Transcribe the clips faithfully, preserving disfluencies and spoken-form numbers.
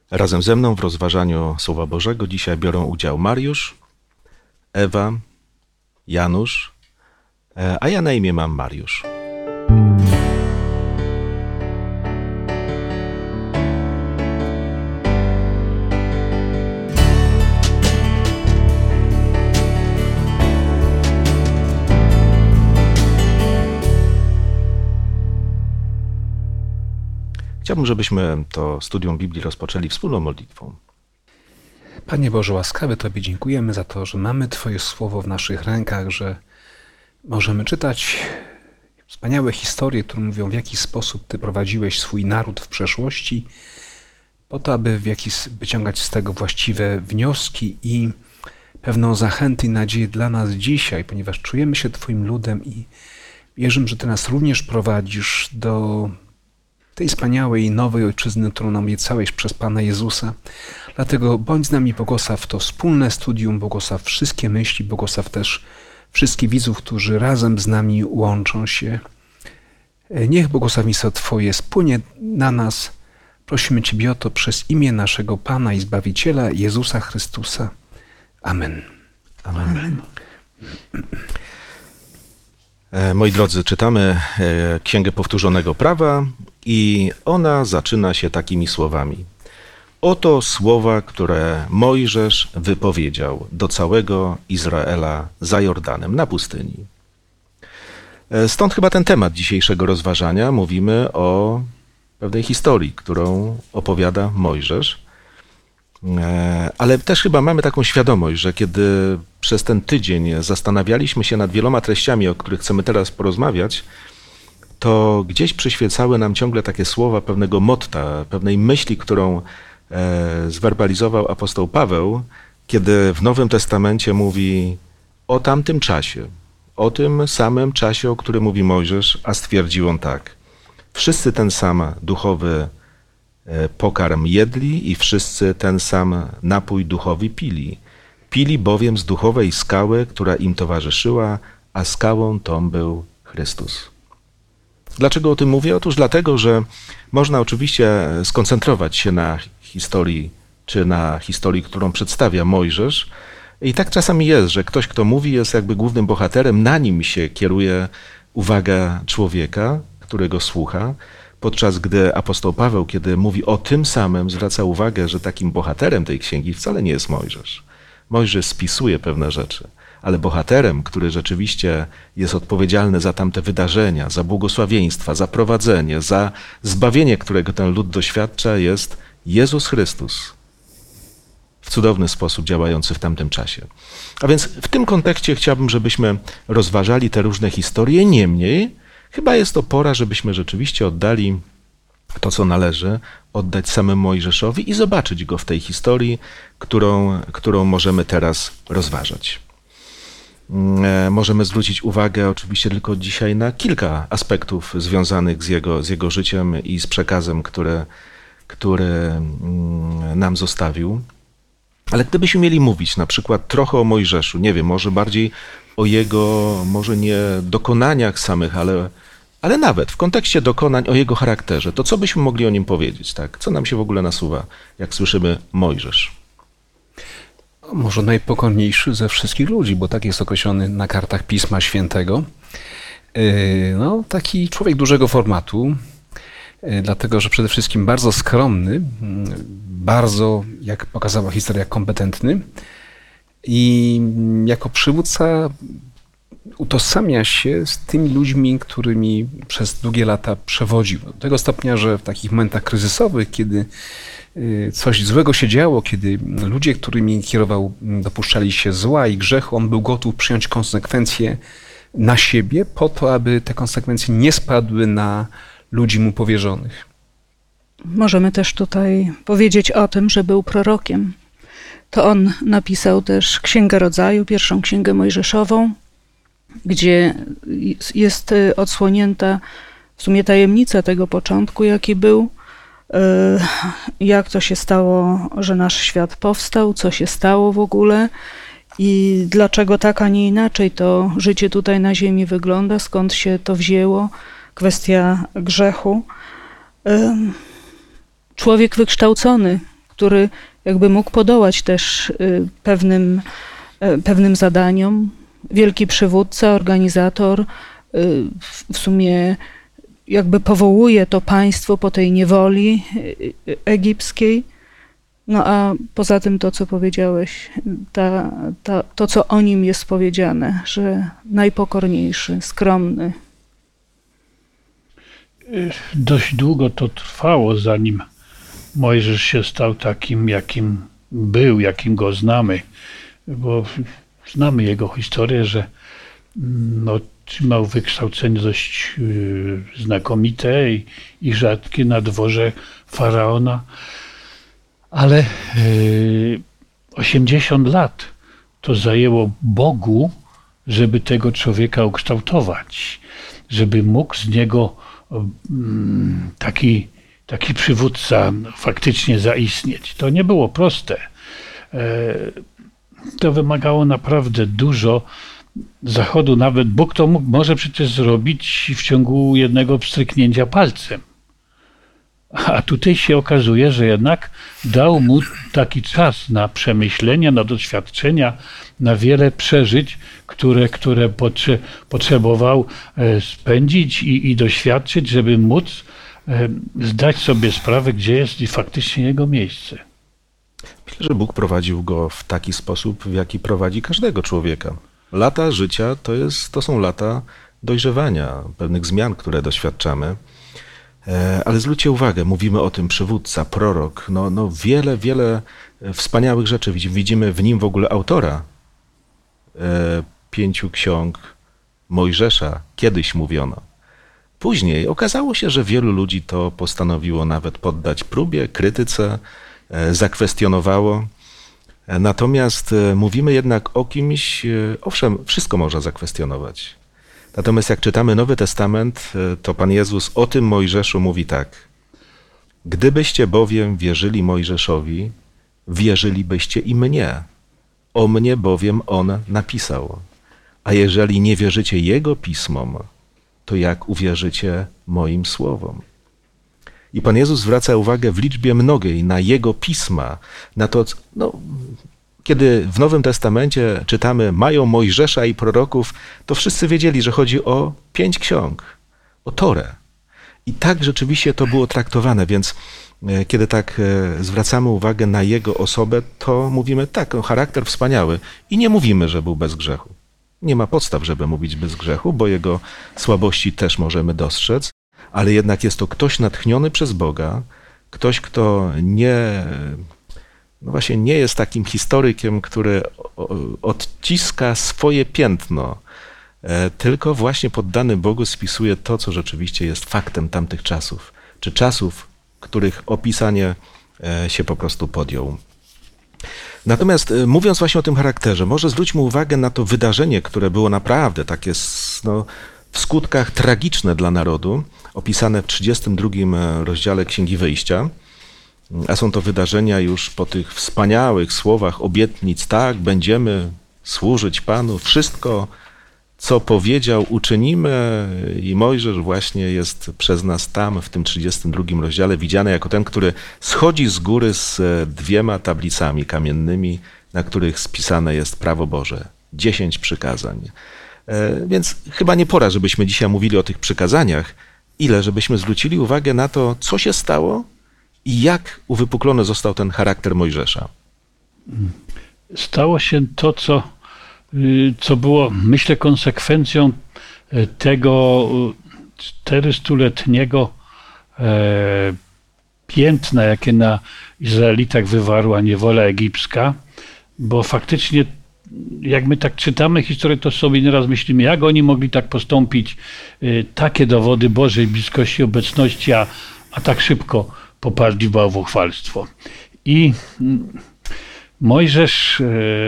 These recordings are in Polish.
Razem ze mną w rozważaniu Słowa Bożego dzisiaj biorą udział Mariusz, Ewa, Janusz, a ja na imię mam Mariusz. Chciałbym, żebyśmy to studium Biblii rozpoczęli wspólną modlitwą. Panie Boże łaskawy, Tobie dziękujemy za to, że mamy Twoje słowo w naszych rękach, że możemy czytać wspaniałe historie, które mówią, w jaki sposób Ty prowadziłeś swój naród w przeszłości, po to, aby w jakiś, wyciągać z tego właściwe wnioski i pewną zachętę i nadzieję dla nas dzisiaj, ponieważ czujemy się Twoim ludem i wierzymy, że Ty nas również prowadzisz do tej wspaniałej nowej ojczyzny, którą nam obiecałeś przez Pana Jezusa. Dlatego bądź z nami, błogosław to wspólne studium, błogosław wszystkie myśli, błogosław też wszystkich widzów, którzy razem z nami łączą się. Niech błogosławieństwo Twoje spłynie na nas. Prosimy Ciebie o to przez imię naszego Pana i Zbawiciela Jezusa Chrystusa. Amen. Amen. Amen. Moi drodzy, czytamy Księgę Powtórzonego Prawa i ona zaczyna się takimi słowami. Oto słowa, które Mojżesz wypowiedział do całego Izraela za Jordanem na pustyni. Stąd chyba ten temat dzisiejszego rozważania. Mówimy o pewnej historii, którą opowiada Mojżesz. Ale też chyba mamy taką świadomość, że kiedy przez ten tydzień zastanawialiśmy się nad wieloma treściami, o których chcemy teraz porozmawiać, to gdzieś przyświecały nam ciągle takie słowa pewnego motta, pewnej myśli, którą zwerbalizował apostoł Paweł, kiedy w Nowym Testamencie mówi o tamtym czasie, o tym samym czasie, o którym mówi Mojżesz, a stwierdził on tak. Wszyscy ten sam duchowy pokarm jedli i wszyscy ten sam napój duchowy pili. Pili bowiem z duchowej skały, która im towarzyszyła, a skałą tą był Chrystus. Dlaczego o tym mówię? Otóż dlatego, że można oczywiście skoncentrować się na historii, czy na historii, którą przedstawia Mojżesz. I tak czasami jest, że ktoś, kto mówi, jest jakby głównym bohaterem, na nim się kieruje uwaga człowieka, którego słucha, podczas gdy apostoł Paweł, kiedy mówi o tym samym, zwraca uwagę, że takim bohaterem tej księgi wcale nie jest Mojżesz. Mojżesz spisuje pewne rzeczy, ale bohaterem, który rzeczywiście jest odpowiedzialny za tamte wydarzenia, za błogosławieństwa, za prowadzenie, za zbawienie, którego ten lud doświadcza, jest Jezus Chrystus, w cudowny sposób działający w tamtym czasie. A więc w tym kontekście chciałbym, żebyśmy rozważali te różne historie, niemniej chyba jest to pora, żebyśmy rzeczywiście oddali to, co należy, oddać samemu Mojżeszowi i zobaczyć go w tej historii, którą, którą możemy teraz rozważać. Możemy zwrócić uwagę oczywiście tylko dzisiaj na kilka aspektów związanych z jego, z jego życiem i z przekazem, który, który nam zostawił. Ale gdybyśmy mieli mówić na przykład trochę o Mojżeszu, nie wiem, może bardziej o jego, może nie dokonaniach samych, ale, ale nawet w kontekście dokonań o jego charakterze, to co byśmy mogli o nim powiedzieć, tak? Co nam się w ogóle nasuwa, jak słyszymy Mojżesz? Może najpokorniejszy ze wszystkich ludzi, bo tak jest określony na kartach Pisma Świętego. No, taki człowiek dużego formatu, dlatego że przede wszystkim bardzo skromny, bardzo, jak pokazała historia, kompetentny i jako przywódca utożsamia się z tymi ludźmi, którymi przez długie lata przewodził. Do tego stopnia, że w takich momentach kryzysowych, kiedy coś złego się działo, kiedy ludzie, którymi kierował, dopuszczali się zła i grzechu, on był gotów przyjąć konsekwencje na siebie po to, aby te konsekwencje nie spadły na ludzi mu powierzonych. Możemy też tutaj powiedzieć o tym, że był prorokiem. To on napisał też Księgę Rodzaju, pierwszą Księgę Mojżeszową, gdzie jest odsłonięta w sumie tajemnica tego początku, jaki był, jak to się stało, że nasz świat powstał, co się stało w ogóle i dlaczego tak, a nie inaczej to życie tutaj na ziemi wygląda, skąd się to wzięło, kwestia grzechu. Człowiek wykształcony, który jakby mógł podołać też y, pewnym, y, pewnym zadaniom. Wielki przywódca, organizator, y, w, w sumie jakby powołuje to państwo po tej niewoli y, y, egipskiej. No a poza tym to, co powiedziałeś, ta, ta, to, co o nim jest powiedziane, że najpokorniejszy, skromny. Dość długo to trwało, zanim Mojżesz się stał takim, jakim był, jakim go znamy, bo znamy jego historię, że no, otrzymał wykształcenie dość yy, znakomite i, i rzadkie na dworze faraona, ale yy, osiemdziesiąt lat to zajęło Bogu, żeby tego człowieka ukształtować, żeby mógł z niego Taki, taki przywódca faktycznie zaistnieć. To nie było proste. To wymagało naprawdę dużo zachodu. Nawet Bóg to mógł, może przecież zrobić w ciągu jednego pstryknięcia palcem. A tutaj się okazuje, że jednak dał mu taki czas na przemyślenia, na doświadczenia, na wiele przeżyć, które, które potrze, potrzebował spędzić i, i doświadczyć, żeby móc zdać sobie sprawę, gdzie jest i faktycznie jego miejsce. Myślę, że Bóg prowadził go w taki sposób, w jaki prowadzi każdego człowieka. Lata życia to, jest, to są lata dojrzewania, pewnych zmian, które doświadczamy. Ale zwróćcie uwagę, mówimy o tym przywódca, prorok, no, no wiele, wiele wspaniałych rzeczy widzimy. Widzimy w nim w ogóle autora e, pięciu ksiąg Mojżesza, kiedyś mówiono. Później okazało się, że wielu ludzi to postanowiło nawet poddać próbie, krytyce, e, zakwestionowało. E, natomiast e, mówimy jednak o kimś, e, owszem, wszystko można zakwestionować. Natomiast jak czytamy Nowy Testament, to Pan Jezus o tym Mojżeszu mówi tak. Gdybyście bowiem wierzyli Mojżeszowi, wierzylibyście i mnie. O mnie bowiem on napisał. A jeżeli nie wierzycie jego pismom, to jak uwierzycie moim słowom? I Pan Jezus zwraca uwagę w liczbie mnogiej na jego pisma, na to, no, kiedy w Nowym Testamencie czytamy mają Mojżesza i proroków, to wszyscy wiedzieli, że chodzi o pięć ksiąg, o Torę. I tak rzeczywiście to było traktowane, więc kiedy tak zwracamy uwagę na jego osobę, to mówimy tak, no, charakter wspaniały i nie mówimy, że był bez grzechu. Nie ma podstaw, żeby mówić bez grzechu, bo jego słabości też możemy dostrzec, ale jednak jest to ktoś natchniony przez Boga, ktoś, kto nie... No właśnie nie jest takim historykiem, który odciska swoje piętno, tylko właśnie poddany Bogu spisuje to, co rzeczywiście jest faktem tamtych czasów, czy czasów, których opisanie się po prostu podjął. Natomiast mówiąc właśnie o tym charakterze, może zwróćmy uwagę na to wydarzenie, które było naprawdę takie no, w skutkach tragiczne dla narodu, opisane w trzydziestym drugim rozdziale Księgi Wyjścia. A są to wydarzenia już po tych wspaniałych słowach obietnic, tak, będziemy służyć Panu, wszystko, co powiedział, uczynimy i Mojżesz właśnie jest przez nas tam, w tym trzydziestym drugim rozdziale, widziany jako ten, który schodzi z góry z dwiema tablicami kamiennymi, na których spisane jest prawo Boże, dziesięć przykazań. Więc chyba nie pora, żebyśmy dzisiaj mówili o tych przykazaniach, ile żebyśmy zwrócili uwagę na to, co się stało, i jak uwypuklony został ten charakter Mojżesza? Stało się to, co, co było, myślę, konsekwencją tego czterystuletniego piętna, jakie na Izraelitach wywarła niewola egipska, bo faktycznie jak my tak czytamy historię, to sobie nieraz myślimy, jak oni mogli tak postąpić, takie dowody Bożej bliskości, obecności, a, a tak szybko popadli w bałwochwalstwo. I Mojżesz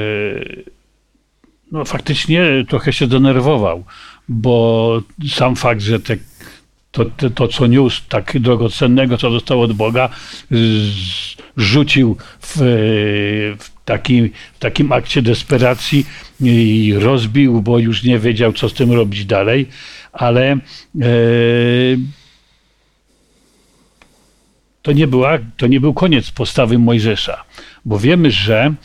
no, faktycznie trochę się denerwował, bo sam fakt, że te, to, to, to, co niósł, tak drogocennego, co dostało od Boga, rzucił w, w, taki, w takim akcie desperacji i rozbił, bo już nie wiedział, co z tym robić dalej, ale e, to nie, była, to nie był koniec postawy Mojżesza, bo wiemy, że e,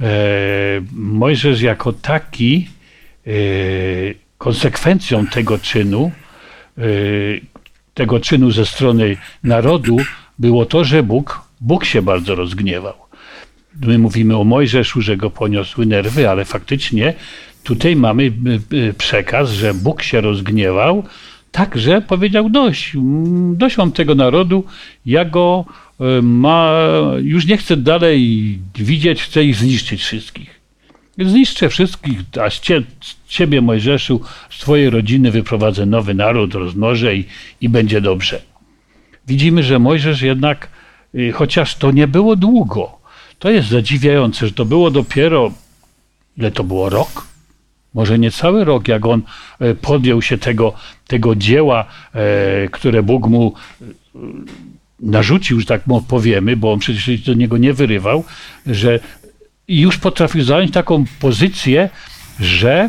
Mojżesz jako taki e, konsekwencją tego czynu, e, tego czynu ze strony narodu było to, że Bóg, Bóg się bardzo rozgniewał. My mówimy o Mojżeszu, że go poniosły nerwy, ale faktycznie tutaj mamy przekaz, że Bóg się rozgniewał, tak, że powiedział dość, dość mam tego narodu, ja go ma, już nie chcę dalej widzieć, chcę ich zniszczyć wszystkich. Zniszczę wszystkich, a z cie, ciebie, Mojżeszu, z twojej rodziny wyprowadzę nowy naród, rozmnożę i, i będzie dobrze. Widzimy, że Mojżesz jednak, chociaż to nie było długo, to jest zadziwiające, że to było dopiero, ile to było, rok? Może nie cały rok, jak on podjął się tego, tego dzieła, które Bóg mu narzucił, że tak powiemy, bo on przecież do niego nie wyrywał, że już potrafił zająć taką pozycję, że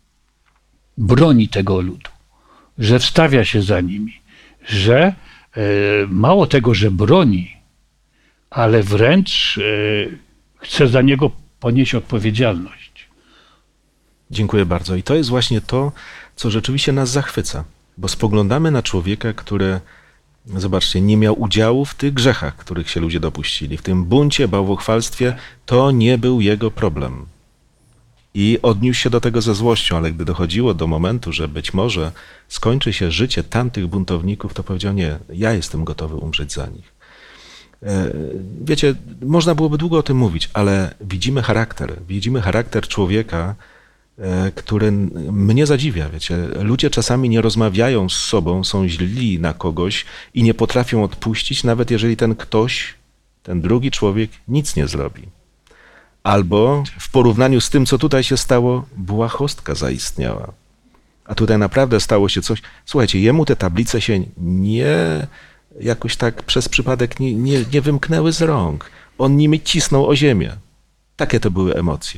broni tego ludu, że wstawia się za nimi, że mało tego, że broni, ale wręcz chce za niego ponieść odpowiedzialność. Dziękuję bardzo. I to jest właśnie to, co rzeczywiście nas zachwyca, bo spoglądamy na człowieka, który, zobaczcie, nie miał udziału w tych grzechach, których się ludzie dopuścili, w tym buncie, bałwochwalstwie. To nie był jego problem. I odniósł się do tego ze złością, ale gdy dochodziło do momentu, że być może skończy się życie tamtych buntowników, to powiedział: nie, ja jestem gotowy umrzeć za nich. Wiecie, można byłoby długo o tym mówić, ale widzimy charakter, widzimy charakter człowieka, który mnie zadziwia, wiecie. Ludzie czasami nie rozmawiają z sobą, są źli na kogoś i nie potrafią odpuścić, nawet jeżeli ten ktoś, ten drugi człowiek nic nie zrobi. Albo w porównaniu z tym, co tutaj się stało, błahostka zaistniała. A tutaj naprawdę stało się coś. Słuchajcie, jemu te tablice się nie jakoś tak przez przypadek nie, nie, nie wymknęły z rąk. On nimi cisnął o ziemię. Takie to były emocje.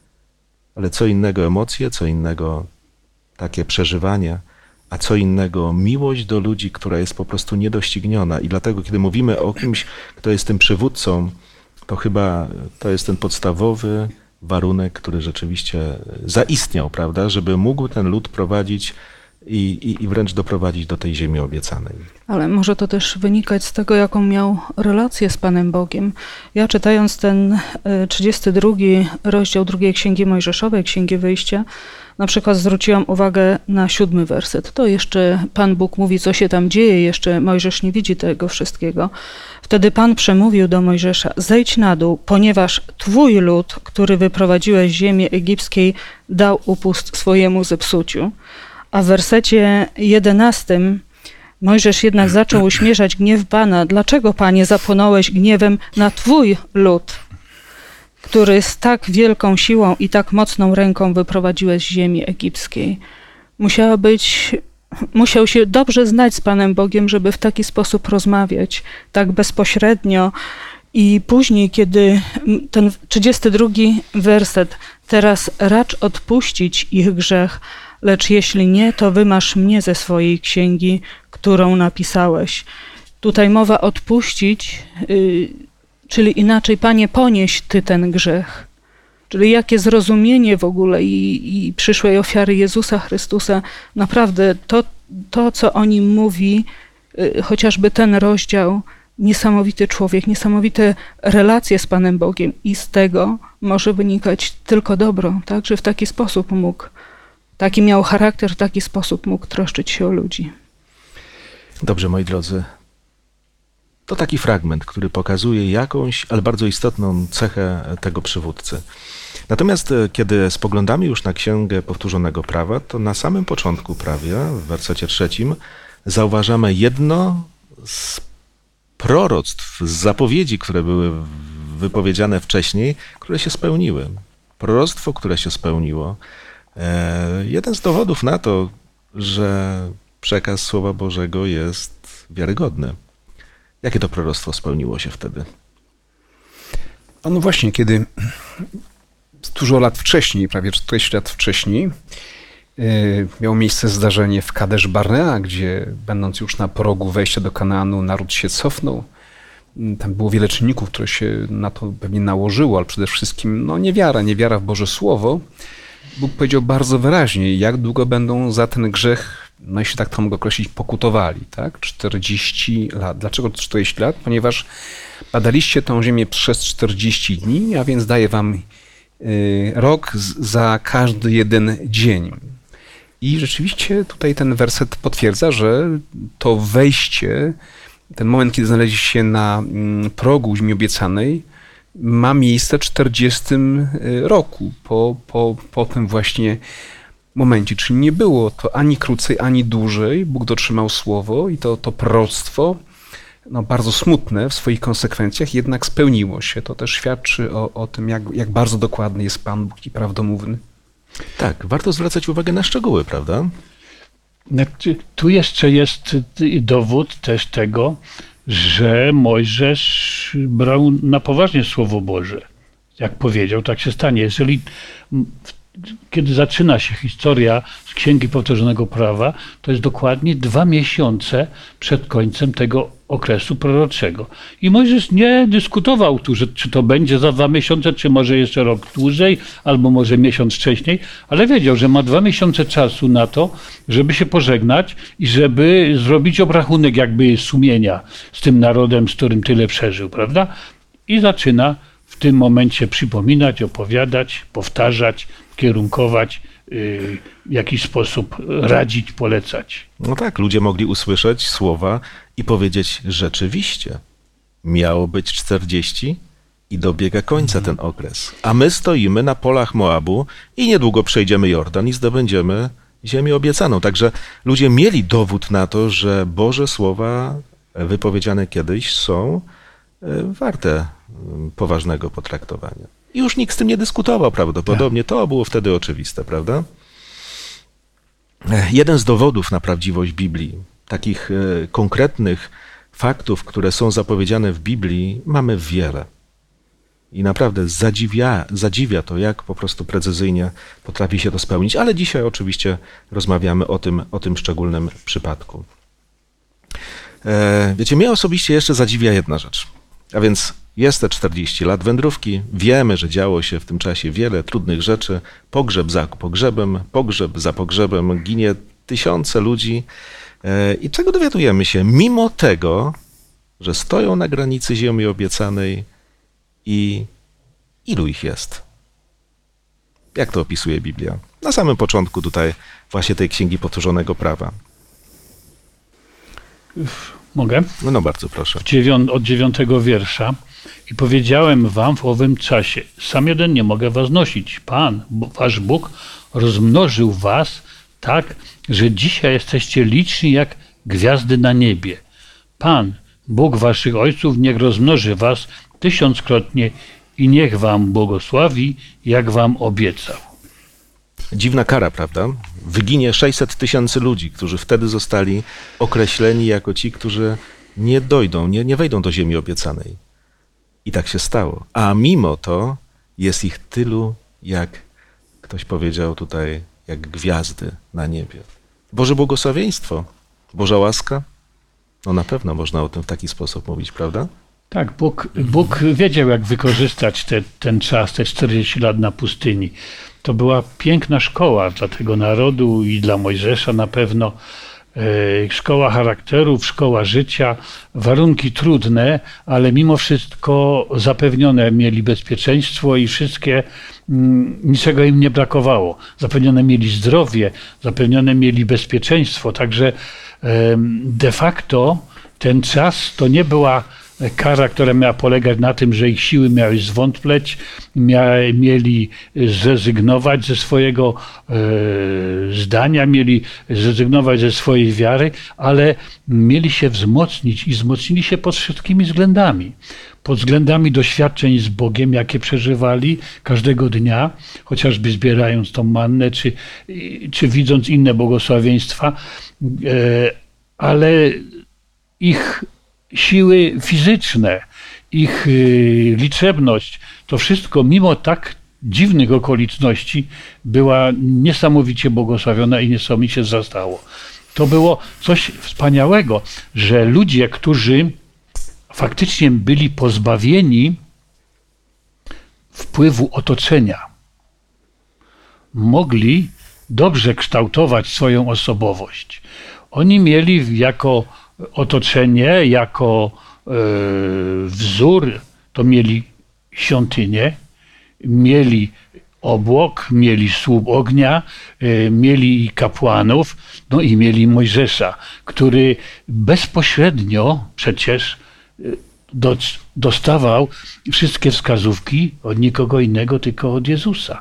Ale co innego emocje, co innego takie przeżywania, a co innego miłość do ludzi, która jest po prostu niedościgniona. I dlatego, kiedy mówimy o kimś, kto jest tym przywódcą, to chyba to jest ten podstawowy warunek, który rzeczywiście zaistniał, prawda, żeby mógł ten lud prowadzić i, i, i wręcz doprowadzić do tej ziemi obiecanej. Ale może to też wynikać z tego, jaką miał relację z Panem Bogiem. Ja czytając ten trzydziesty drugi rozdział drugiej Księgi Mojżeszowej, Księgi Wyjścia, na przykład zwróciłam uwagę na siódmy werset. To jeszcze Pan Bóg mówi, co się tam dzieje, jeszcze Mojżesz nie widzi tego wszystkiego. Wtedy Pan przemówił do Mojżesza: zejdź na dół, ponieważ Twój lud, który wyprowadziłeś z ziemi egipskiej, dał upust swojemu zepsuciu. A w wersecie jedenastym Mojżesz jednak zaczął uśmierzać gniew Pana. Dlaczego, Panie, zapłonąłeś gniewem na Twój lud, który z tak wielką siłą i tak mocną ręką wyprowadziłeś z ziemi egipskiej? Musiała być, musiał się dobrze znać z Panem Bogiem, żeby w taki sposób rozmawiać, tak bezpośrednio. I później, kiedy ten trzydziesty drugi werset, teraz racz odpuścić ich grzech, lecz jeśli nie, to wymasz mnie ze swojej księgi, którą napisałeś. Tutaj mowa odpuścić, yy, czyli inaczej, Panie, ponieś Ty ten grzech. Czyli jakie zrozumienie w ogóle i, i przyszłej ofiary Jezusa Chrystusa. Naprawdę to, to co o Nim mówi, yy, chociażby ten rozdział, niesamowity człowiek, niesamowite relacje z Panem Bogiem i z tego może wynikać tylko dobro, tak? Że w taki sposób mógł, taki miał charakter, w taki sposób mógł troszczyć się o ludzi. Dobrze, moi drodzy. To taki fragment, który pokazuje jakąś, ale bardzo istotną cechę tego przywódcy. Natomiast kiedy spoglądamy już na Księgę Powtórzonego Prawa, to na samym początku prawie, w wersecie trzecim, zauważamy jedno z proroctw, z zapowiedzi, które były wypowiedziane wcześniej, które się spełniły. Proroctwo, które się spełniło. Jeden z dowodów na to, że przekaz Słowa Bożego jest wiarygodny. Jakie to proroctwo spełniło się wtedy? A no właśnie, kiedy dużo lat wcześniej, prawie czterdzieści lat wcześniej, yy, miało miejsce zdarzenie w Kadesz Barnea, gdzie będąc już na progu wejścia do Kanaanu, naród się cofnął. Tam było wiele czynników, które się na to pewnie nałożyło, ale przede wszystkim no, niewiara, niewiara w Boże Słowo. Bóg powiedział bardzo wyraźnie, jak długo będą za ten grzech, no jeśli tak to mogę określić, pokutowali, tak? czterdzieści lat. Dlaczego czterdzieści lat? Ponieważ badaliście tę ziemię przez czterdzieści dni, a więc daje wam y, rok z, za każdy jeden dzień. I rzeczywiście tutaj ten werset potwierdza, że to wejście, ten moment, kiedy znaleźli się na mm, progu ziemi obiecanej, ma miejsce w czterdziestym roku, po, po, po tym właśnie momencie. Czyli nie było to ani krócej, ani dłużej. Bóg dotrzymał słowo i to, to proroctwo, no bardzo smutne w swoich konsekwencjach, jednak spełniło się. To też świadczy o, o tym, jak, jak bardzo dokładny jest Pan Bóg i prawdomówny. Tak, warto zwracać uwagę na szczegóły, prawda? Znaczy, tu jeszcze jest dowód też tego, że Mojżesz brał na poważnie Słowo Boże. Jak powiedział, tak się stanie. Jeżeli, kiedy zaczyna się historia z Księgi Powtórzonego Prawa, to jest dokładnie dwa miesiące przed końcem tego okresu proroczego. I Mojżesz nie dyskutował tu, że czy to będzie za dwa miesiące, czy może jeszcze rok dłużej, albo może miesiąc wcześniej, ale wiedział, że ma dwa miesiące czasu na to, żeby się pożegnać i żeby zrobić obrachunek jakby sumienia z tym narodem, z którym tyle przeżył, prawda? I zaczyna w tym momencie przypominać, opowiadać, powtarzać, kierunkować, w jakiś sposób radzić, polecać. No tak, ludzie mogli usłyszeć słowa i powiedzieć, rzeczywiście, miało być czterdzieści i dobiega końca ten okres. A my stoimy na polach Moabu i niedługo przejdziemy Jordan i zdobędziemy ziemię obiecaną. Także ludzie mieli dowód na to, że Boże słowa wypowiedziane kiedyś są warte poważnego potraktowania. I już nikt z tym nie dyskutował prawdopodobnie. To było wtedy oczywiste, prawda? Jeden z dowodów na prawdziwość Biblii, takich konkretnych faktów, które są zapowiedziane w Biblii, mamy wiele. I naprawdę zadziwia, zadziwia to, jak po prostu precyzyjnie potrafi się to spełnić. Ale dzisiaj oczywiście rozmawiamy o tym, o tym szczególnym przypadku. Wiecie, mnie osobiście jeszcze zadziwia jedna rzecz. A więc jest te czterdzieści lat wędrówki, wiemy, że działo się w tym czasie wiele trudnych rzeczy, pogrzeb za pogrzebem, pogrzeb za pogrzebem, ginie tysiące ludzi. I czego dowiadujemy się? Mimo tego, że stoją na granicy ziemi obiecanej i ilu ich jest? Jak to opisuje Biblia? Na samym początku tutaj właśnie tej Księgi Powtórzonego Prawa. Mogę? No bardzo proszę. Dziewią- od dziewiątego wiersza. I powiedziałem wam w owym czasie, sam jeden nie mogę was nosić. Pan, wasz Bóg, rozmnożył was tak, że dzisiaj jesteście liczni jak gwiazdy na niebie. Pan, Bóg waszych ojców, niech rozmnoży was tysiąckrotnie i niech wam błogosławi, jak wam obiecał. Dziwna kara, prawda? Wyginie sześćset tysięcy ludzi, którzy wtedy zostali określeni jako ci, którzy nie dojdą, nie, nie wejdą do ziemi obiecanej. I tak się stało. A mimo to jest ich tylu, jak ktoś powiedział tutaj, jak gwiazdy na niebie. Boże błogosławieństwo, Boża łaska, no na pewno można o tym w taki sposób mówić, prawda? Tak, Bóg, Bóg wiedział, jak wykorzystać te, ten czas, te czterdzieści lat na pustyni. To była piękna szkoła dla tego narodu i dla Mojżesza na pewno. Szkoła charakterów, szkoła życia, warunki trudne, ale mimo wszystko zapewnione mieli bezpieczeństwo i wszystkie, niczego im nie brakowało. Zapewnione mieli zdrowie, zapewnione mieli bezpieczeństwo, także de facto ten czas to nie była kara, która miała polegać na tym, że ich siły miały zwątpleć, mia- mieli zrezygnować ze swojego e, zdania, mieli zrezygnować ze swojej wiary, ale mieli się wzmocnić i wzmocnili się pod wszystkimi względami. Pod względami doświadczeń z Bogiem, jakie przeżywali każdego dnia, chociażby zbierając tą mannę, czy, czy widząc inne błogosławieństwa, e, ale ich siły fizyczne, ich y, liczebność, to wszystko mimo tak dziwnych okoliczności była niesamowicie błogosławiona i niesamowicie wzrastało. To było coś wspaniałego, że ludzie, którzy faktycznie byli pozbawieni wpływu otoczenia. Mogli dobrze kształtować swoją osobowość. Oni mieli jako otoczenie, jako e, wzór, to mieli świątynię, mieli obłok, mieli słup ognia, e, mieli kapłanów, no i mieli Mojżesza, który bezpośrednio przecież do, dostawał wszystkie wskazówki od nikogo innego, tylko od Jezusa.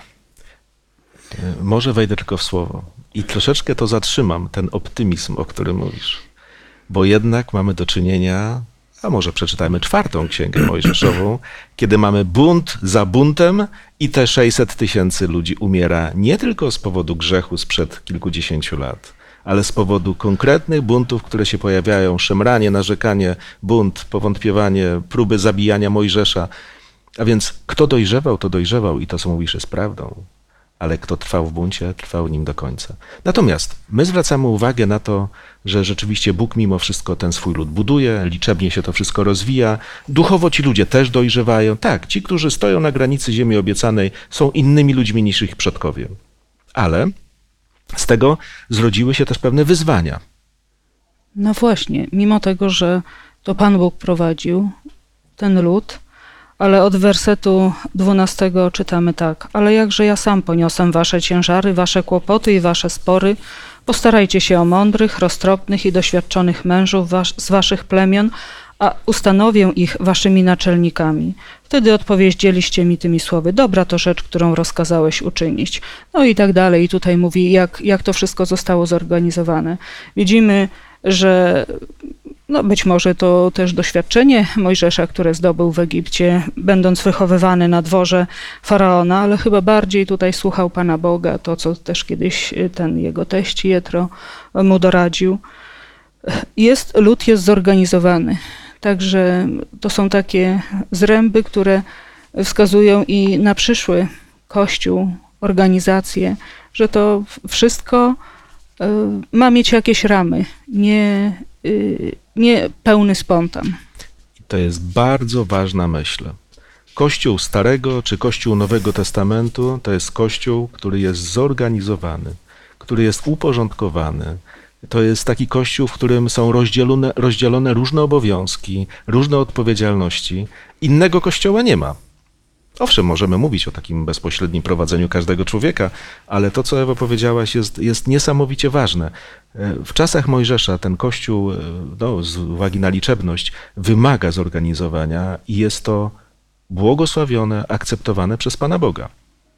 Może wejdę tylko w słowo i troszeczkę to zatrzymam, ten optymizm, o którym mówisz. Bo jednak mamy do czynienia, a może przeczytajmy czwartą księgę mojżeszową, kiedy mamy bunt za buntem i te sześćset tysięcy ludzi umiera nie tylko z powodu grzechu sprzed kilkudziesięciu lat, ale z powodu konkretnych buntów, które się pojawiają, szemranie, narzekanie, bunt, powątpiewanie, próby zabijania Mojżesza. A więc kto dojrzewał, to dojrzewał i to, co mówisz, jest prawdą. Ale kto trwał w buncie, trwał nim do końca. Natomiast my zwracamy uwagę na to, że rzeczywiście Bóg mimo wszystko ten swój lud buduje, liczebnie się to wszystko rozwija, duchowo ci ludzie też dojrzewają. Tak, ci, którzy stoją na granicy ziemi obiecanej, są innymi ludźmi niż ich przodkowie. Ale z tego zrodziły się też pewne wyzwania. No właśnie, mimo tego, że to Pan Bóg prowadził ten lud, ale od wersetu dwunastego czytamy tak. Ale jakże ja sam poniosę wasze ciężary, wasze kłopoty i wasze spory, postarajcie się o mądrych, roztropnych i doświadczonych mężów was, z waszych plemion, a ustanowię ich waszymi naczelnikami. Wtedy odpowiedzieliście mi tymi słowy, dobra to rzecz, którą rozkazałeś uczynić. No i tak dalej. I tutaj mówi, jak, jak to wszystko zostało zorganizowane. Widzimy, że no być może to też doświadczenie Mojżesza, które zdobył w Egipcie, będąc wychowywany na dworze Faraona, ale chyba bardziej tutaj słuchał Pana Boga, to co też kiedyś ten jego teść Jetro mu doradził. Jest, lud jest zorganizowany. Także to są takie zręby, które wskazują i na przyszły Kościół, organizację, że to wszystko ma mieć jakieś ramy, nie, nie pełny spontan. To jest bardzo ważna myśl. Kościół Starego czy Kościół Nowego Testamentu to jest Kościół, który jest zorganizowany, który jest uporządkowany. To jest taki Kościół, w którym są rozdzielone, rozdzielone różne obowiązki, różne odpowiedzialności. Innego Kościoła nie ma. Owszem, możemy mówić o takim bezpośrednim prowadzeniu każdego człowieka, ale to, co Ewa powiedziałaś, jest, jest niesamowicie ważne. W czasach Mojżesza ten Kościół, no, z uwagi na liczebność, wymaga zorganizowania i jest to błogosławione, akceptowane przez Pana Boga.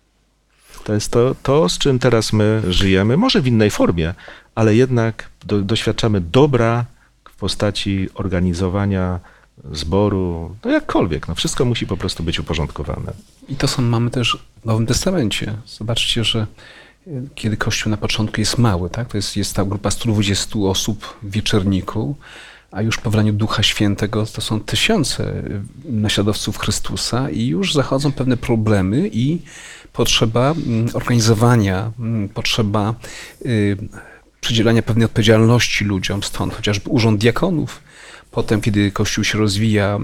To jest to, to, z czym teraz my żyjemy, może w innej formie, ale jednak do, doświadczamy dobra w postaci organizowania zboru, no jakkolwiek, no wszystko musi po prostu być uporządkowane. I to są, mamy też w Nowym Testamencie. Zobaczcie, że kiedy Kościół na początku jest mały, tak? To jest, jest ta grupa stu dwudziestu osób w wieczerniku, a już po wlaniu Ducha Świętego to są tysiące naśladowców Chrystusa i już zachodzą pewne problemy i potrzeba organizowania, potrzeba przydzielania pewnej odpowiedzialności ludziom, stąd chociażby urząd diakonów. Potem, kiedy Kościół się rozwija,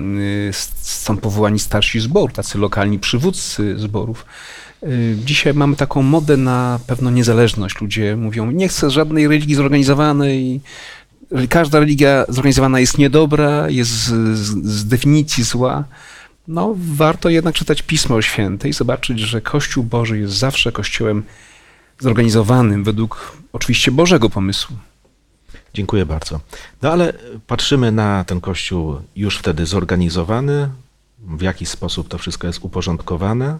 są powołani starsi zboru, tacy lokalni przywódcy zborów. Dzisiaj mamy taką modę na pewną niezależność. Ludzie mówią, nie chcę żadnej religii zorganizowanej, każda religia zorganizowana jest niedobra, jest z, z definicji zła. No, warto jednak czytać Pismo Święte i zobaczyć, że Kościół Boży jest zawsze Kościołem zorganizowanym według oczywiście Bożego pomysłu. Dziękuję bardzo. No ale patrzymy na ten Kościół już wtedy zorganizowany, w jaki sposób to wszystko jest uporządkowane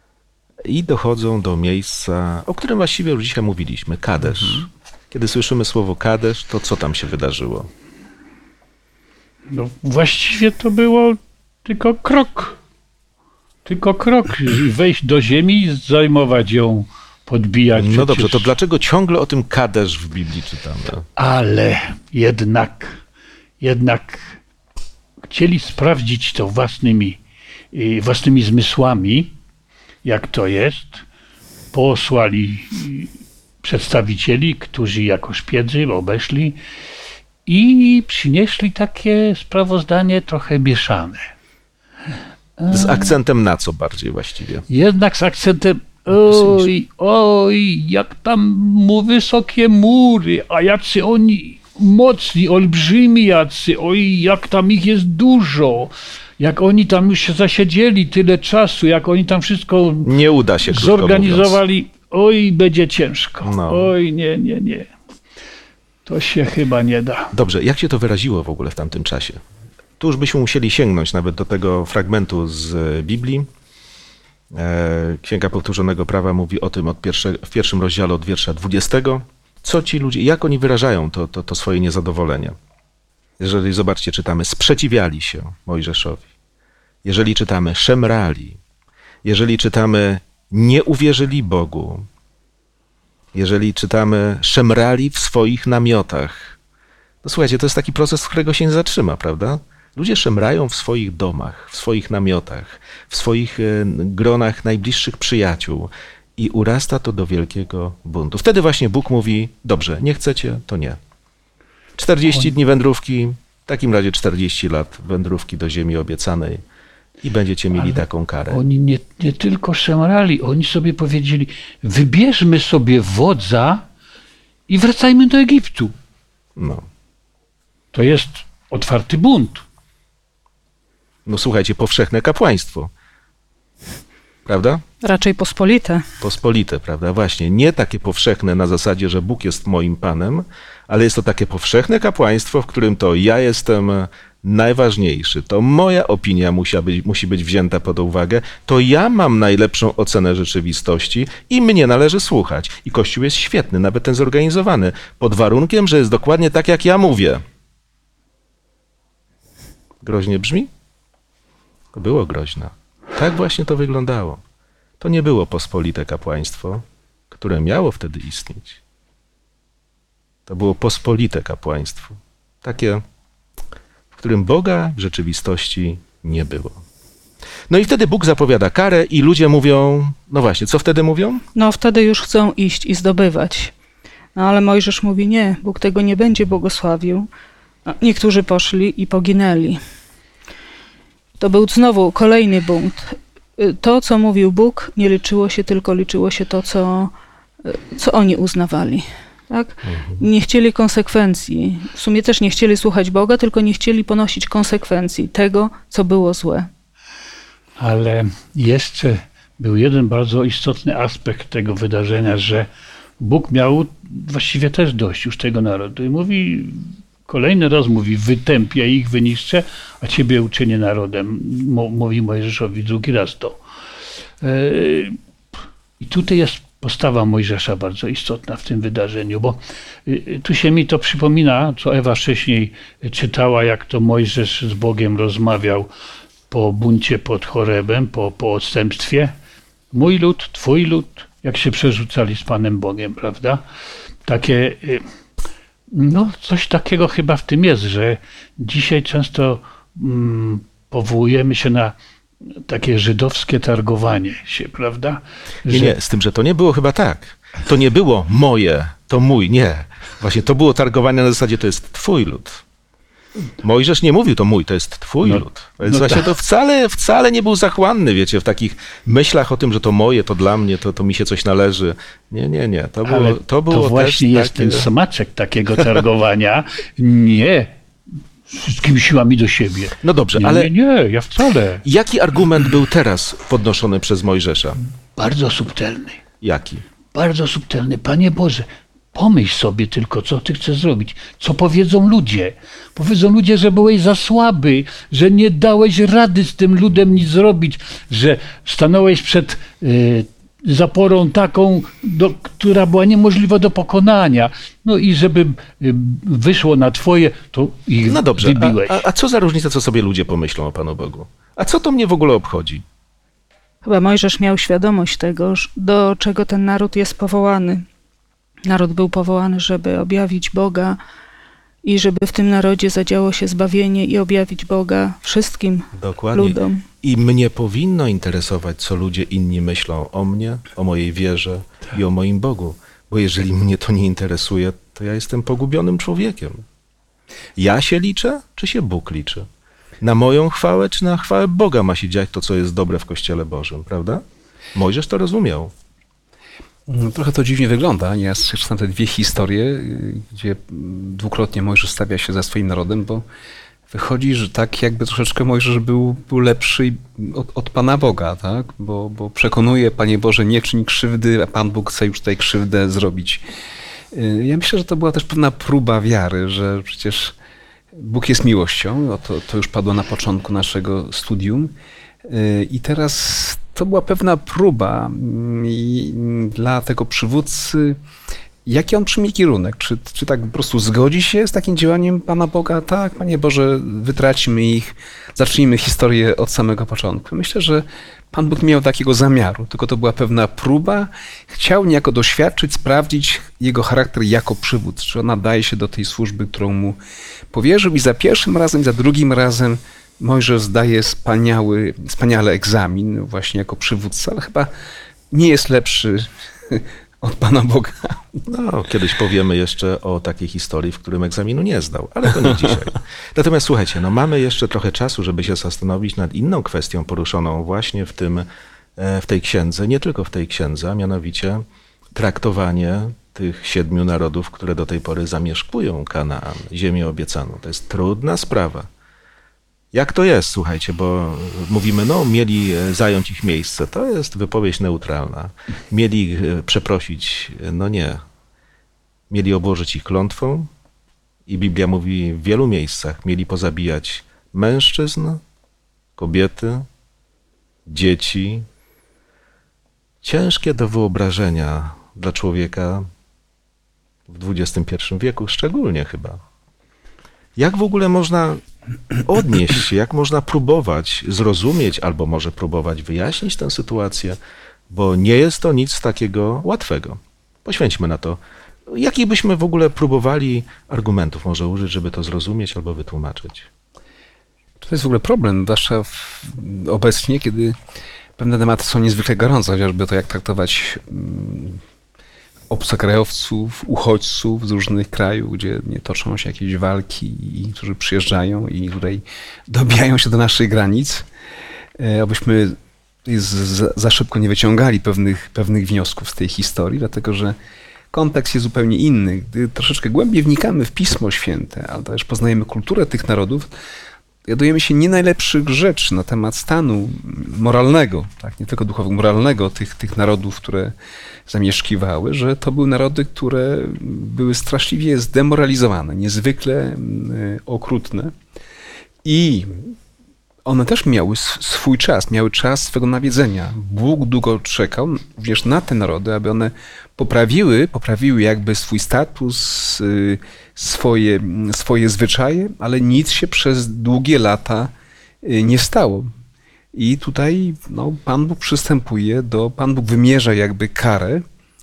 i dochodzą do miejsca, o którym właściwie już dzisiaj mówiliśmy, Kadesz. Mhm. Kiedy słyszymy słowo Kadesz, to co tam się wydarzyło? No właściwie to było tylko krok. Tylko krok. Wejść do ziemi, zajmować ją, podbijać. No przecież. Dobrze, to dlaczego ciągle o tym Kadesz w Biblii czytamy? Ale jednak, jednak chcieli sprawdzić to własnymi, własnymi zmysłami, jak to jest. Posłali przedstawicieli, którzy jako szpiedzy obeszli i przynieśli takie sprawozdanie trochę mieszane. Z akcentem na co bardziej właściwie? Jednak z akcentem oj, oj, jak tam mu wysokie mury, a jacy oni mocni, olbrzymi jacy, oj, jak tam ich jest dużo, jak oni tam już się zasiedzieli tyle czasu, jak oni tam wszystko Nie uda się, krótko zorganizowali, oj, będzie ciężko, No. oj, nie, nie, nie. To się chyba nie da. Dobrze, jak się to wyraziło w ogóle w tamtym czasie? Tu już byśmy musieli sięgnąć nawet do tego fragmentu z Biblii. E, Księga Powtórzonego Prawa mówi o tym od pierwsze, w pierwszym rozdziale od wiersza dwudziestego. Co ci ludzie, jak oni wyrażają to, to, to swoje niezadowolenie? Jeżeli, zobaczcie, czytamy, sprzeciwiali się Mojżeszowi. Jeżeli czytamy, szemrali. Jeżeli czytamy, nie uwierzyli Bogu. Jeżeli czytamy, szemrali w swoich namiotach. No słuchajcie, to jest taki proces, z którego się nie zatrzyma, prawda? Ludzie szemrają w swoich domach, w swoich namiotach, w swoich e, gronach najbliższych przyjaciół i urasta to do wielkiego buntu. Wtedy właśnie Bóg mówi, dobrze, nie chcecie, to nie. czterdzieści dni wędrówki, w takim razie czterdzieści lat wędrówki do ziemi obiecanej i będziecie mieli Ale taką karę. Oni nie, nie tylko szemrali, oni sobie powiedzieli, wybierzmy sobie wodza i wracajmy do Egiptu. No. To jest otwarty bunt. no słuchajcie, powszechne kapłaństwo. Prawda? Raczej pospolite. Pospolite, prawda? Właśnie, nie takie powszechne na zasadzie, że Bóg jest moim Panem, ale jest to takie powszechne kapłaństwo, w którym to ja jestem najważniejszy, to moja opinia musi być, musi być wzięta pod uwagę, to ja mam najlepszą ocenę rzeczywistości i mnie należy słuchać. I Kościół jest świetny, nawet ten zorganizowany, pod warunkiem, że jest dokładnie tak, jak ja mówię. Groźnie brzmi? Było groźne. Tak właśnie to wyglądało. To nie było pospolite kapłaństwo, które miało wtedy istnieć. To było pospolite kapłaństwo. Takie, w którym Boga w rzeczywistości nie było. No i wtedy Bóg zapowiada karę i ludzie mówią, no właśnie, co wtedy mówią? No wtedy już chcą iść i zdobywać. No ale Mojżesz mówi, nie, Bóg tego nie będzie błogosławił. No, niektórzy poszli i poginęli. To był znowu kolejny bunt. To, co mówił Bóg, nie liczyło się, tylko liczyło się to, co, co oni uznawali. Tak? Nie chcieli konsekwencji. W sumie też nie chcieli słuchać Boga, tylko nie chcieli ponosić konsekwencji tego, co było złe. Ale jeszcze był jeden bardzo istotny aspekt tego wydarzenia, że Bóg miał właściwie też dość już tego narodu i mówi, kolejny raz mówi, wytępię ich, wyniszczę, a ciebie uczynię narodem. Mówi Mojżeszowi drugi raz to. I tutaj jest postawa Mojżesza bardzo istotna w tym wydarzeniu, bo tu się mi to przypomina, co Ewa wcześniej czytała, jak to Mojżesz z Bogiem rozmawiał po buncie pod Chorebem, po, po odstępstwie. Mój lud, twój lud, jak się przerzucali z Panem Bogiem, prawda? Takie, no coś takiego chyba w tym jest, że dzisiaj często mm, powołujemy się na takie żydowskie targowanie się, prawda? Że... Nie, nie, z tym, że to nie było chyba tak. To nie było moje, to mój, nie. Właśnie to było targowanie na zasadzie, to jest twój lud. Mojżesz nie mówił, to mój, to jest twój no, lud. Więc no właśnie tak. to wcale, wcale nie był zachłanny, wiecie, w takich myślach o tym, że to moje, to dla mnie, to, to mi się coś należy. Nie, nie, nie. To było, Ale to było to właśnie też jest takie... ten smaczek takiego targowania. Nie, wszystkimi siłami do siebie. No dobrze, nie, ale Nie, nie, ja wcale. jaki argument był teraz podnoszony przez Mojżesza? Bardzo subtelny. Jaki? Bardzo subtelny. Panie Boże, pomyśl sobie tylko, co Ty chcesz zrobić. Co powiedzą ludzie? Powiedzą ludzie, że byłeś za słaby, że nie dałeś rady z tym ludem nic zrobić, że stanąłeś przed y, zaporą taką, do, która była niemożliwa do pokonania. No i żeby y, wyszło na Twoje, to ich No dobrze, wybiłeś. a, a, a co za różnica, co sobie ludzie pomyślą o Panu Bogu? A co to mnie w ogóle obchodzi? Chyba Mojżesz miał świadomość tego, do czego ten naród jest powołany. Naród był powołany, żeby objawić Boga i żeby w tym narodzie zadziało się zbawienie i objawić Boga wszystkim Dokładnie. ludom. I mnie powinno interesować, co ludzie inni myślą o mnie, o mojej wierze i o moim Bogu. Bo jeżeli mnie to nie interesuje, to ja jestem pogubionym człowiekiem. Ja się liczę, czy się Bóg liczy? Na moją chwałę, czy na chwałę Boga ma się dziać to, co jest dobre w Kościele Bożym, prawda? Mojżesz to rozumiał. No, trochę to dziwnie wygląda. Ja czytam te dwie historie, gdzie dwukrotnie Mojżesz stawia się za swoim narodem, bo wychodzi, że tak jakby troszeczkę Mojżesz był, był lepszy od, od Pana Boga, tak? Bo, bo przekonuje, Panie Boże, nie czyń krzywdy, a Pan Bóg chce już tutaj krzywdę zrobić. Ja myślę, że to była też pewna próba wiary, że przecież Bóg jest miłością, to, to już padło na początku naszego studium. I teraz to była pewna próba dla tego przywódcy, jaki on przyjmie kierunek. Czy, czy tak po prostu zgodzi się z takim działaniem Pana Boga? Tak, Panie Boże, wytracimy ich, zacznijmy historię od samego początku. Myślę, że Pan Bóg miał takiego zamiaru, tylko to była pewna próba. Chciał niejako doświadczyć, sprawdzić jego charakter jako przywódcy, czy on nadaje się do tej służby, którą mu powierzył. I za pierwszym razem, i za drugim razem Mojżesz zdaje wspaniały, wspaniale egzamin właśnie jako przywódca, ale chyba nie jest lepszy od Pana Boga. No, kiedyś powiemy jeszcze o takiej historii, w którym egzaminu nie zdał, ale to nie dzisiaj. Natomiast słuchajcie, no mamy jeszcze trochę czasu, żeby się zastanowić nad inną kwestią poruszoną właśnie w tym, w tej księdze, nie tylko w tej księdze, a mianowicie traktowanie tych siedmiu narodów, które do tej pory zamieszkują Kanaan, ziemię obiecaną. To jest trudna sprawa. Jak to jest, słuchajcie, bo mówimy, no mieli zająć ich miejsce, to jest wypowiedź neutralna. Mieli ich przeprosić, no nie. Mieli obłożyć ich klątwą i Biblia mówi w wielu miejscach, mieli pozabijać mężczyzn, kobiety, dzieci. Ciężkie do wyobrażenia dla człowieka w dwudziestym pierwszym wieku, szczególnie chyba. Jak w ogóle można odnieść się, jak można próbować zrozumieć, albo może próbować wyjaśnić tę sytuację, bo nie jest to nic takiego łatwego. Poświęćmy na to. Jakich byśmy w ogóle próbowali argumentów może użyć, żeby to zrozumieć albo wytłumaczyć? To jest w ogóle problem, zwłaszcza w, obecnie, kiedy pewne tematy są niezwykle gorące, chociażby to, jak traktować um, obcokrajowców, uchodźców z różnych krajów, gdzie nie toczą się jakieś walki i którzy przyjeżdżają i tutaj dobijają się do naszych granic, abyśmy z, za szybko nie wyciągali pewnych, pewnych wniosków z tej historii, dlatego że kontekst jest zupełnie inny. Gdy troszeczkę głębiej wnikamy w Pismo Święte, ale też poznajemy kulturę tych narodów, dowiadujemy się nie najlepszych rzeczy na temat stanu moralnego, tak, nie tylko duchowego, moralnego tych, tych narodów, które zamieszkiwały, że to były narody, które były straszliwie zdemoralizowane, niezwykle okrutne i one też miały swój czas, miały czas swego nawiedzenia. Bóg długo czekał również na te narody, aby one poprawiły, poprawiły jakby swój status, swoje, swoje zwyczaje, ale nic się przez długie lata nie stało. I tutaj no, Pan Bóg przystępuje do, Pan Bóg wymierza jakby karę,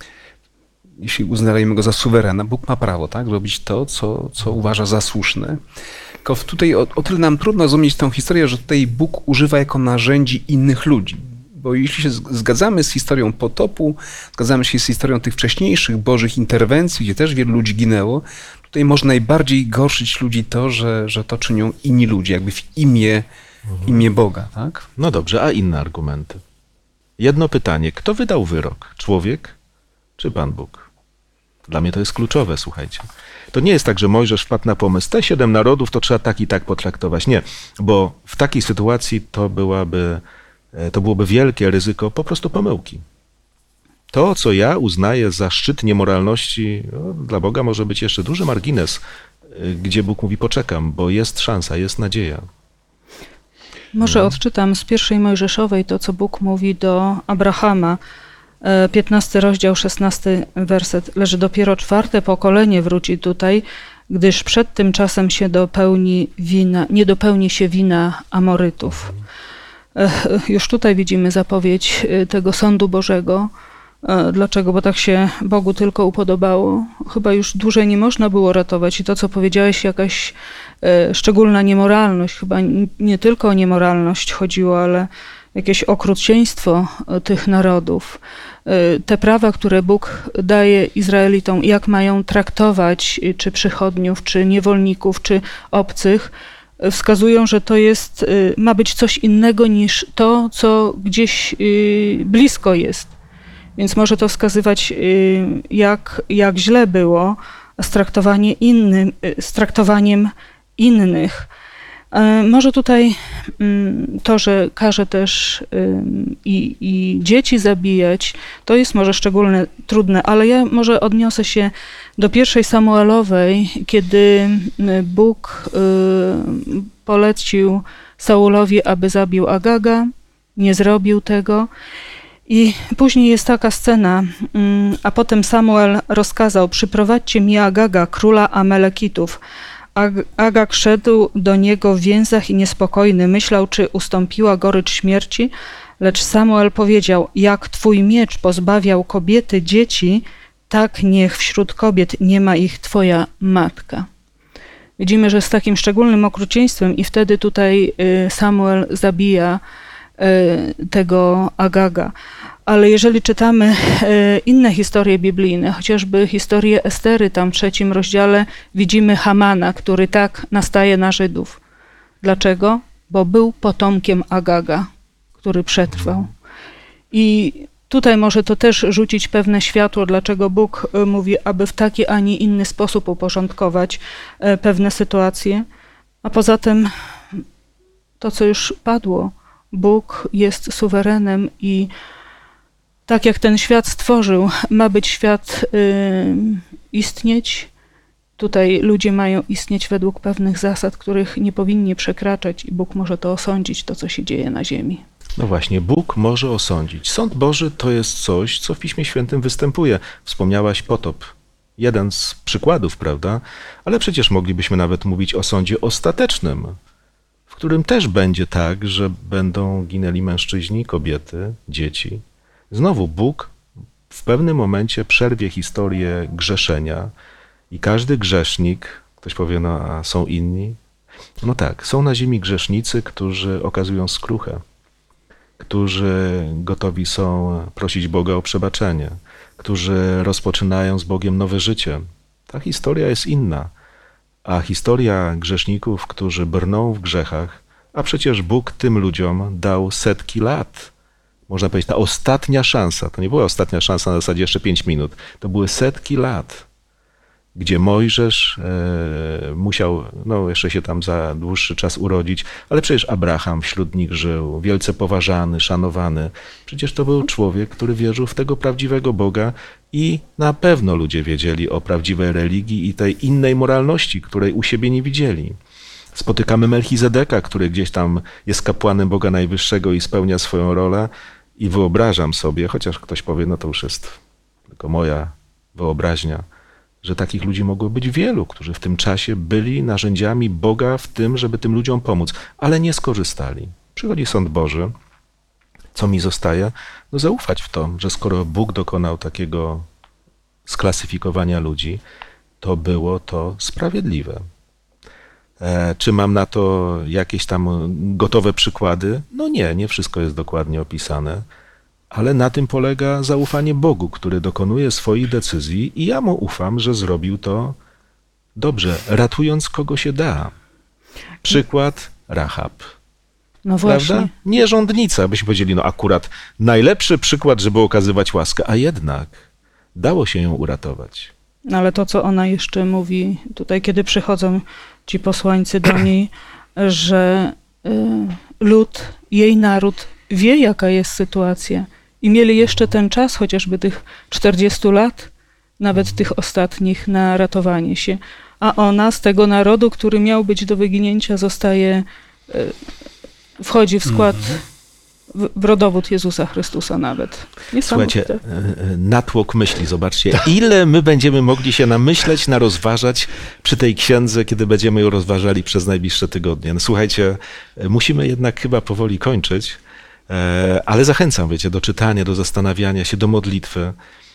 jeśli uznajemy go za suwerena. Bóg ma prawo, tak, robić to, co, co uważa za słuszne. Tylko tutaj o, o tyle nam trudno rozumieć tę historię, że tutaj Bóg używa jako narzędzi innych ludzi. Bo jeśli się zgadzamy z historią potopu, zgadzamy się z historią tych wcześniejszych Bożych interwencji, gdzie też wielu ludzi ginęło, tutaj może najbardziej gorszyć ludzi to, że, że to czynią inni ludzie, jakby w imię, w imię Boga, tak? No dobrze, a inne argumenty? Jedno pytanie. Kto wydał wyrok? Człowiek czy Pan Bóg? Dla mnie to jest kluczowe, słuchajcie. To nie jest tak, że Mojżesz wpadł na pomysł, te siedem narodów to trzeba tak i tak potraktować. Nie, bo w takiej sytuacji to byłaby, to byłoby wielkie ryzyko po prostu pomyłki. To, co ja uznaję za szczyt niemoralności, no, dla Boga może być jeszcze duży margines, gdzie Bóg mówi poczekam, bo jest szansa, jest nadzieja. Może odczytam z pierwszej Mojżeszowej to, co Bóg mówi do Abrahama. piętnasty rozdział, szesnasty werset. Lecz dopiero czwarte pokolenie wróci tutaj, gdyż przed tym czasem się dopełni wina, nie dopełni się wina Amorytów. Już tutaj widzimy zapowiedź tego sądu Bożego. Dlaczego? Bo tak się Bogu tylko upodobało. Chyba już dłużej nie można było ratować. I to, co powiedziałeś, jakaś szczególna niemoralność. Chyba nie tylko o niemoralność chodziło, ale jakieś okrucieństwo tych narodów. Te prawa, które Bóg daje Izraelitom, jak mają traktować czy przychodniów, czy niewolników, czy obcych, wskazują, że to jest, ma być coś innego niż to, co gdzieś blisko jest. Więc może to wskazywać, jak, jak źle było z, traktowanie innym, z traktowaniem innych. Może tutaj to, że każe też i, i dzieci zabijać, to jest może szczególnie trudne, ale ja może odniosę się do pierwszej Samuelowej, kiedy Bóg polecił Saulowi, aby zabił Agaga, nie zrobił tego. I później jest taka scena, a potem Samuel rozkazał: przyprowadźcie mi Agaga, króla Amalekitów. Agag szedł do niego w więzach i niespokojny, myślał, czy ustąpiła gorycz śmierci, lecz Samuel powiedział: jak twój miecz pozbawiał kobiety dzieci, tak niech wśród kobiet nie ma ich twoja matka. Widzimy, że z takim szczególnym okrucieństwem i wtedy tutaj Samuel zabija tego Agaga. Ale jeżeli czytamy inne historie biblijne, chociażby historię Estery, tam w trzecim rozdziale widzimy Hamana, który tak nastaje na Żydów. Dlaczego? Bo był potomkiem Agaga, który przetrwał. I tutaj może to też rzucić pewne światło, dlaczego Bóg mówi, aby w taki, a nie inny sposób uporządkować pewne sytuacje. A poza tym to, co już padło, Bóg jest suwerenem i tak jak ten świat stworzył, ma być świat y, istnieć. Tutaj ludzie mają istnieć według pewnych zasad, których nie powinni przekraczać i Bóg może to osądzić, to co się dzieje na ziemi. No właśnie, Bóg może osądzić. Sąd Boży to jest coś, co w Piśmie Świętym występuje. Wspomniałaś potop. Jeden z przykładów, prawda? Ale przecież moglibyśmy nawet mówić o sądzie ostatecznym, w którym też będzie tak, że będą ginęli mężczyźni, kobiety, dzieci. Znowu Bóg w pewnym momencie przerwie historię grzeszenia i każdy grzesznik, ktoś powie, no a są inni? No tak, są na ziemi grzesznicy, którzy okazują skruchę, którzy gotowi są prosić Boga o przebaczenie, którzy rozpoczynają z Bogiem nowe życie. Ta historia jest inna, a historia grzeszników, którzy brną w grzechach, a przecież Bóg tym ludziom dał setki lat. Można powiedzieć, ta ostatnia szansa, to nie była ostatnia szansa na zasadzie jeszcze pięć minut, to były setki lat, gdzie Mojżesz e, musiał, no jeszcze się tam za dłuższy czas urodzić, ale przecież Abraham wśród nich żył, wielce poważany, szanowany. Przecież to był człowiek, który wierzył w tego prawdziwego Boga i na pewno ludzie wiedzieli o prawdziwej religii i tej innej moralności, której u siebie nie widzieli. Spotykamy Melchizedeka, który gdzieś tam jest kapłanem Boga Najwyższego i spełnia swoją rolę. I wyobrażam sobie, chociaż ktoś powie, no to już jest tylko moja wyobraźnia, że takich ludzi mogło być wielu, którzy w tym czasie byli narzędziami Boga w tym, żeby tym ludziom pomóc, ale nie skorzystali. Przychodzi sąd Boży. Co mi zostaje? No zaufać w to, że skoro Bóg dokonał takiego sklasyfikowania ludzi, to było to sprawiedliwe. E, czy mam na to jakieś tam gotowe przykłady? No nie, nie wszystko jest dokładnie opisane, ale na tym polega zaufanie Bogu, który dokonuje swoich decyzji i ja mu ufam, że zrobił to dobrze, ratując kogo się da. Przykład Rahab. No właśnie. Prawda? Nie rządnica, byśmy powiedzieli, no akurat najlepszy przykład, żeby okazywać łaskę, a jednak dało się ją uratować. No ale to, co ona jeszcze mówi tutaj, kiedy przychodzą ci posłańcy do niej, że y, lud, jej naród wie, jaka jest sytuacja i mieli jeszcze ten czas, chociażby tych czterdziestu lat, nawet tych ostatnich, na ratowanie się. A ona z tego narodu, który miał być do wyginięcia, zostaje, y, wchodzi w skład, w, w rodowód Jezusa Chrystusa nawet. Słuchajcie, natłok myśli, zobaczcie, ile my będziemy mogli się namyśleć, narozważać przy tej księdze, kiedy będziemy ją rozważali przez najbliższe tygodnie. No, słuchajcie, musimy jednak chyba powoli kończyć, ale zachęcam, wiecie, do czytania, do zastanawiania się, do modlitwy,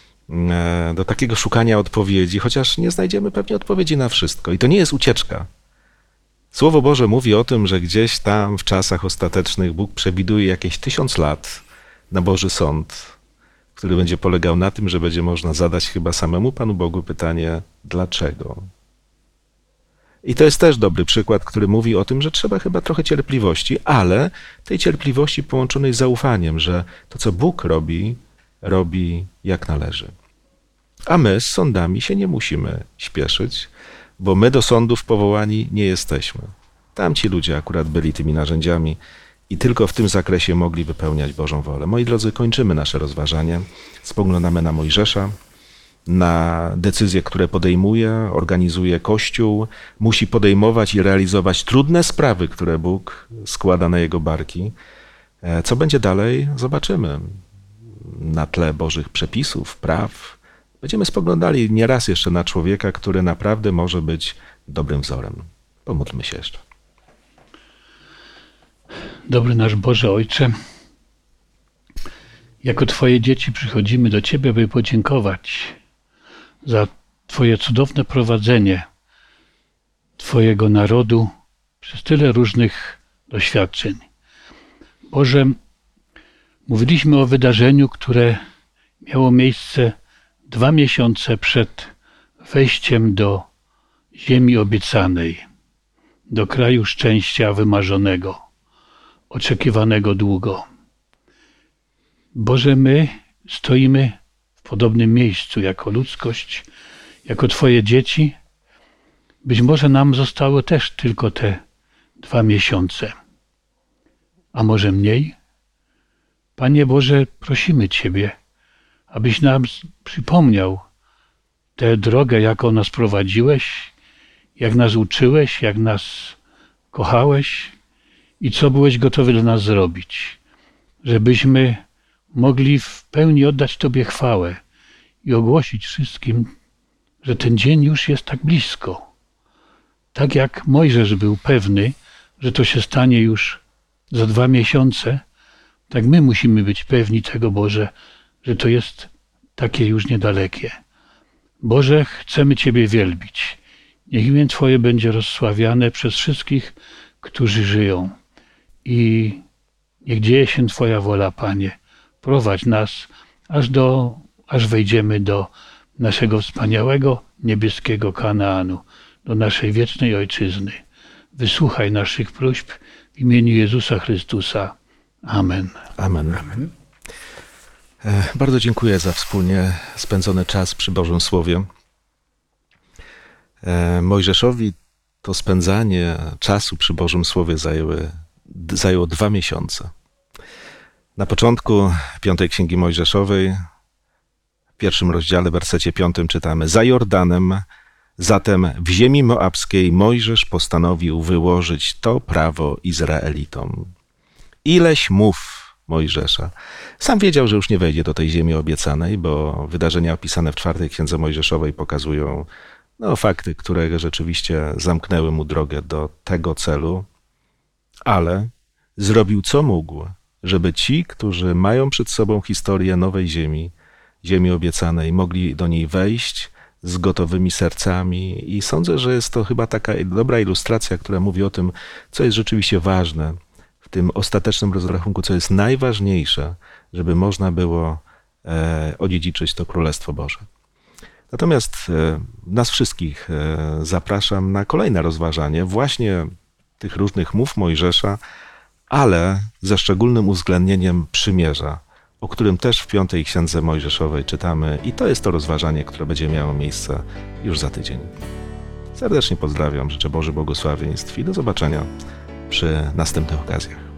do takiego szukania odpowiedzi, chociaż nie znajdziemy pewnie odpowiedzi na wszystko. I to nie jest ucieczka. Słowo Boże mówi o tym, że gdzieś tam w czasach ostatecznych Bóg przewiduje jakieś tysiąc lat na Boży Sąd, który będzie polegał na tym, że będzie można zadać chyba samemu Panu Bogu pytanie, dlaczego? I to jest też dobry przykład, który mówi o tym, że trzeba chyba trochę cierpliwości, ale tej cierpliwości połączonej z zaufaniem, że to, co Bóg robi, robi jak należy. A my z sądami się nie musimy śpieszyć, bo my do sądów powołani nie jesteśmy. Tamci ludzie akurat byli tymi narzędziami i tylko w tym zakresie mogli wypełniać Bożą wolę. Moi drodzy, kończymy nasze rozważanie. Spoglądamy na Mojżesza, na decyzje, które podejmuje, organizuje Kościół, musi podejmować i realizować trudne sprawy, które Bóg składa na jego barki. Co będzie dalej? Zobaczymy. Na tle Bożych przepisów, praw. Będziemy spoglądali nieraz jeszcze na człowieka, który naprawdę może być dobrym wzorem. Pomódlmy się jeszcze. Dobry nasz Boże Ojcze, jako Twoje dzieci przychodzimy do Ciebie, by podziękować za Twoje cudowne prowadzenie Twojego narodu przez tyle różnych doświadczeń. Boże, mówiliśmy o wydarzeniu, które miało miejsce dwa miesiące przed wejściem do ziemi obiecanej, do kraju szczęścia wymarzonego, oczekiwanego długo. Boże, my stoimy w podobnym miejscu jako ludzkość, jako Twoje dzieci. Być może nam zostało też tylko te dwa miesiące, a może mniej? Panie Boże, prosimy Ciebie, abyś nam przypomniał tę drogę, jaką nas prowadziłeś, jak nas uczyłeś, jak nas kochałeś i co byłeś gotowy dla nas zrobić, żebyśmy mogli w pełni oddać Tobie chwałę i ogłosić wszystkim, że ten dzień już jest tak blisko. Tak jak Mojżesz był pewny, że to się stanie już za dwa miesiące, tak my musimy być pewni tego, Boże, że to jest takie już niedalekie. Boże, chcemy Ciebie wielbić. Niech imię Twoje będzie rozsławiane przez wszystkich, którzy żyją. I niech dzieje się Twoja wola, Panie. Prowadź nas, aż, do, aż wejdziemy do naszego wspaniałego niebieskiego Kanaanu, do naszej wiecznej Ojczyzny. Wysłuchaj naszych próśb w imieniu Jezusa Chrystusa. Amen. Amen. Amen. Bardzo dziękuję za wspólnie spędzony czas przy Bożym Słowie. Mojżeszowi to spędzanie czasu przy Bożym Słowie zajęły, zajęło dwa miesiące. Na początku piątej Księgi Mojżeszowej, w pierwszym rozdziale, w wersecie piątym czytamy: za Jordanem, zatem w ziemi moabskiej Mojżesz postanowił wyłożyć to prawo Izraelitom. Ileś mów Mojżesza. Sam wiedział, że już nie wejdzie do tej ziemi obiecanej, bo wydarzenia opisane w czwartej Księdze Mojżeszowej pokazują no, fakty, które rzeczywiście zamknęły mu drogę do tego celu, ale zrobił co mógł, żeby ci, którzy mają przed sobą historię nowej ziemi, ziemi obiecanej, mogli do niej wejść z gotowymi sercami i sądzę, że jest to chyba taka dobra ilustracja, która mówi o tym, co jest rzeczywiście ważne w tym ostatecznym rozrachunku, co jest najważniejsze, żeby można było e, odziedziczyć to Królestwo Boże. Natomiast e, nas wszystkich e, zapraszam na kolejne rozważanie właśnie tych różnych mów Mojżesza, ale ze szczególnym uwzględnieniem przymierza, o którym też w piątej Księdze Mojżeszowej czytamy i to jest to rozważanie, które będzie miało miejsce już za tydzień. Serdecznie pozdrawiam, życzę Bożych błogosławieństw i do zobaczenia przy następnych okazjach.